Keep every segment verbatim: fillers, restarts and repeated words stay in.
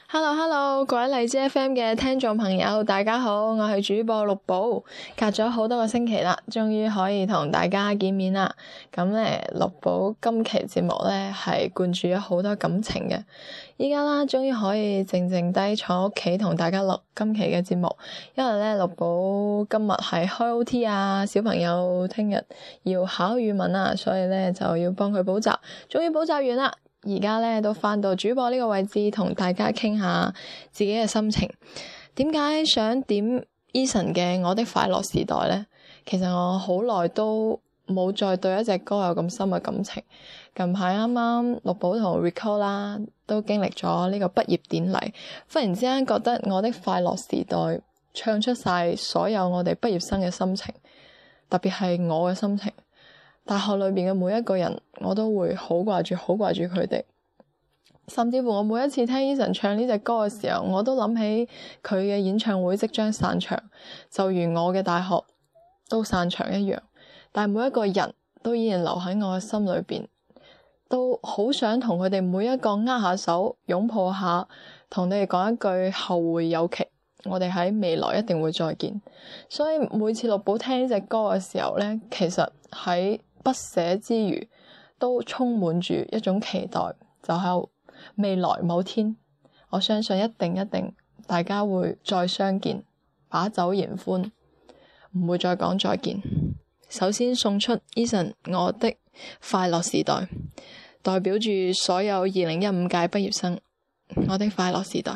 Hello Hello， 各位荔枝 F M 嘅聽眾朋友，大家好，我係主播綠寶，隔咗好多個星期啦，終於可以同大家見面啦。咁咧，綠寶今期節目咧係灌注咗好多感情嘅，依家啦，終於可以靜靜低坐屋企同大家錄今期嘅節目，因為咧綠寶今日係開 O T 啊，小朋友聽日要考語文啊，所以咧就要幫佢補習，終於補習完啦。而家咧都返到主播呢個位置，同大家傾下自己嘅心情。點解想點 Eason 嘅《我的快樂時代》呢？其實我好耐都冇再對一隻歌有咁深嘅感情。近排啱啱綠寶同 Recall 啦，都經歷咗呢個畢業典禮，忽然之間覺得《我的快樂時代》唱出晒所有我哋畢業生嘅心情，特別係我嘅心情。大學裏邊嘅每一個人，我都會好掛住，好掛住佢哋。甚至乎我每一次聽 Eason 唱呢隻歌嘅時候，我都諗起佢嘅演唱會即將散場，就如我嘅大學都散場一樣。但係每一個人都依然留喺我嘅心裏邊，都好想同佢哋每一個握下手，擁抱下，同你哋講一句後會有期，我哋喺未來一定會再見。所以每次綠寶聽呢隻歌嘅時候呢，其實喺不捨之餘，都充滿住一種期待，就係未來某天，我相信一定一定大家會再相見，把酒言歡，唔會再講再見。首先送出 Eason 我的快樂時代，代表住所有二零一五屆畢業生，我的快樂時代。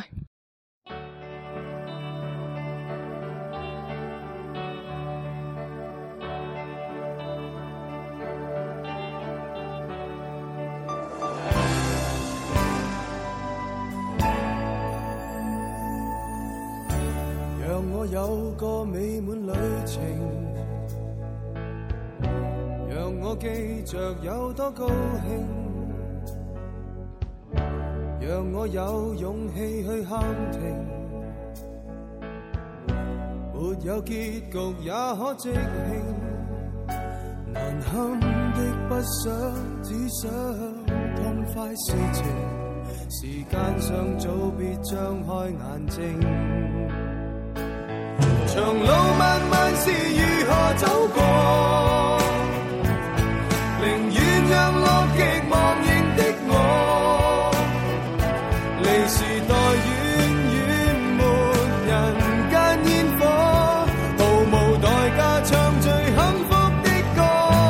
我有個美滿旅程，讓我記着有多高興，讓我有勇氣去喊停，沒有結局也可即興，難堪的不想，只想痛快事情，時間尚早，別張開眼睛。長路漫漫是如何走過，寧願讓樂極忘形的我，離時代遠遠沒人間煙火，毫無代價唱最幸福的歌，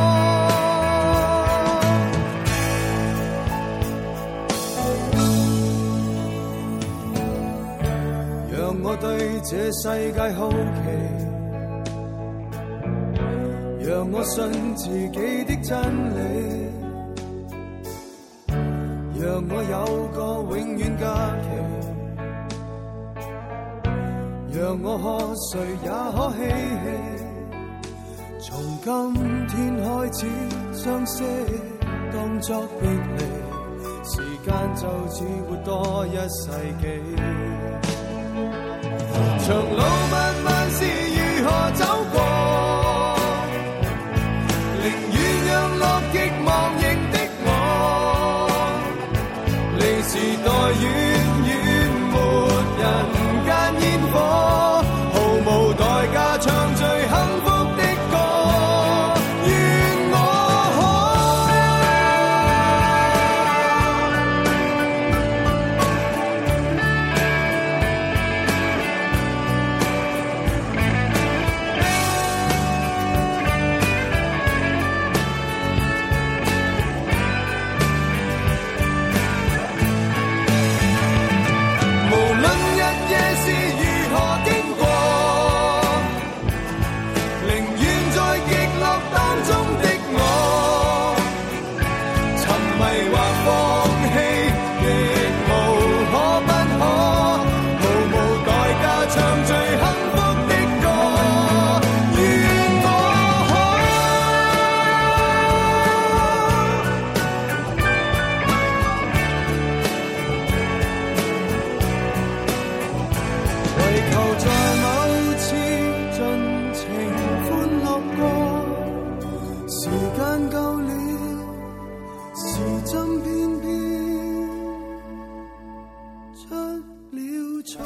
讓我對這世界好奇，讓我信自己的真理，讓我有個永遠假期，讓我喝誰也可嬉戲，從今天開始相識當作別離，時間就只活多一世紀，長路漫漫是如何走過，寧願讓樂極忘形的我，離時代遠遠沒人間煙火，毫無代價唱最幸福的歌，願我了錯。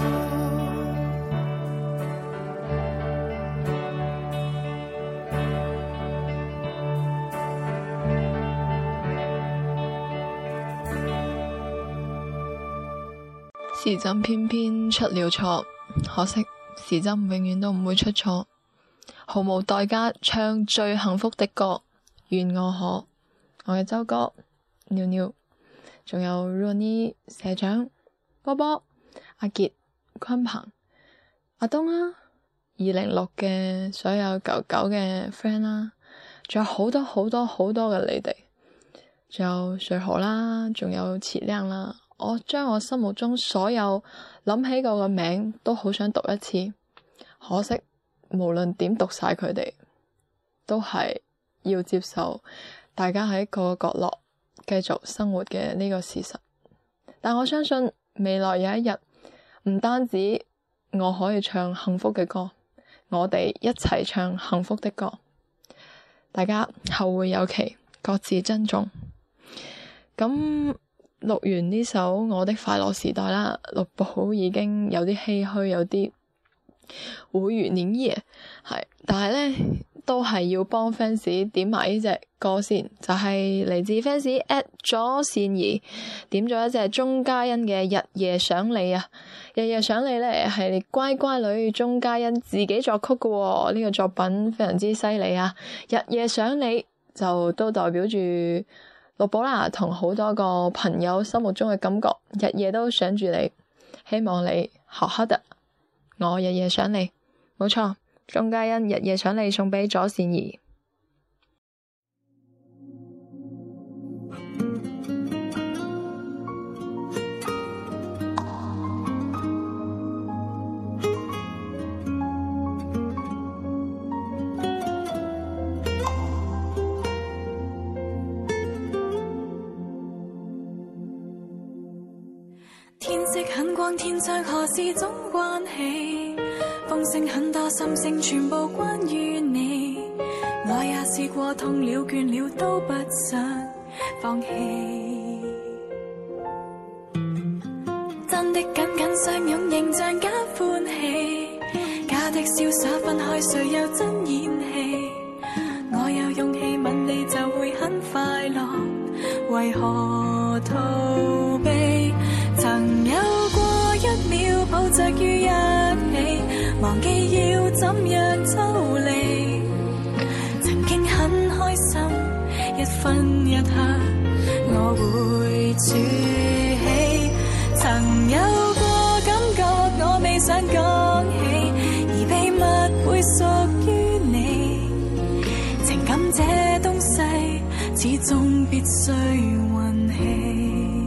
時針偏偏出了錯，可惜時針永遠都唔會出錯。毫無代價唱最幸福的歌，願我可。我嘅周哥、尿尿，仲有 Ronnie 社長、波波、阿傑、坤鵬、阿東啦、二零六嘅所有狗狗嘅 friend 啦，仲有好多好多好多嘅你哋，仲有水河啦，仲有池亮啦。我將我心目中所有諗起過嘅名都好想讀一次，可惜無論點讀晒佢哋，都係要接受大家喺各個角落繼續生活嘅呢個事實。但我相信未來有一日，唔單止我可以唱幸福嘅歌，我哋一齊唱幸福的歌，大家後會有期，各自珍重。咁錄完呢首《我的快樂時代》啦，六寶已經有啲唏噓，有啲無語凝噎，係，但係咧都係要幫 fans 點埋呢隻歌先，就係、是、嚟自 fans at 咗善兒點咗一隻鐘嘉欣嘅《日夜想你》啊，《日夜想你》咧係乖乖女鐘嘉欣自己作曲嘅、哦，呢、這個作品非常之犀利啊！《日夜想你》就都代表住六寶啦，同好多個朋友心目中嘅感覺，日夜都想住你，希望你好好的，我日夜想你，冇錯，鐘嘉欣日夜想你送俾左善兒。 天色很光，天上何時總關起？風聲很多，心聲全部關於你。我也試過痛了倦了，都不想放棄。真的緊緊相擁，形象假歡喜，假的瀟灑分開，誰又真演戲？我有勇氣吻你，就會很快樂，為何逃避？曾有過一秒抱着於一起，忘記要怎樣抽離。曾經很開心，一分一刻我會儲起。曾有過感覺我未想講起，而秘密會屬於你。情感這東西始終必須運氣。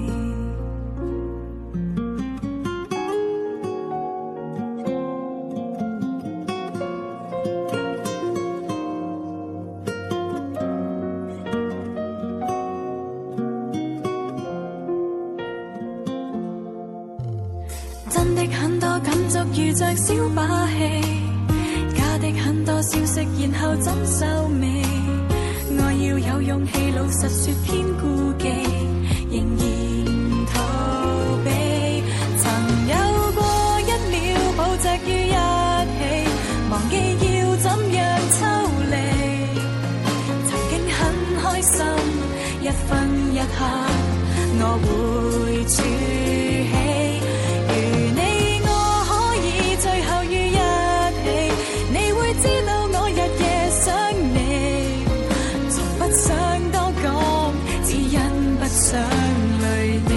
真的很多感觸如像小把戲，假的很多消息，然後怎收尾？我要有勇氣，老實說偏顧忌，仍然逃避。曾有過一秒抱着於一起，忘記要怎樣抽離。曾經很開心，一分一刻我會儲起。想累你，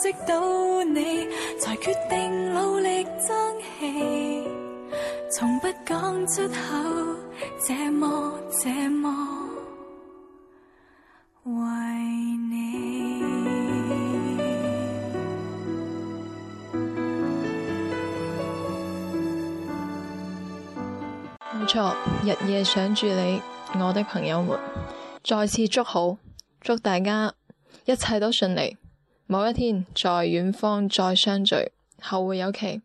識到你，才決定努力爭氣，從不講出口，這麼這麼為你。 冇錯，日夜想住你，我的朋友們，再次祝好，祝大家一切都順利，某一天在遠方再相聚，後會有期。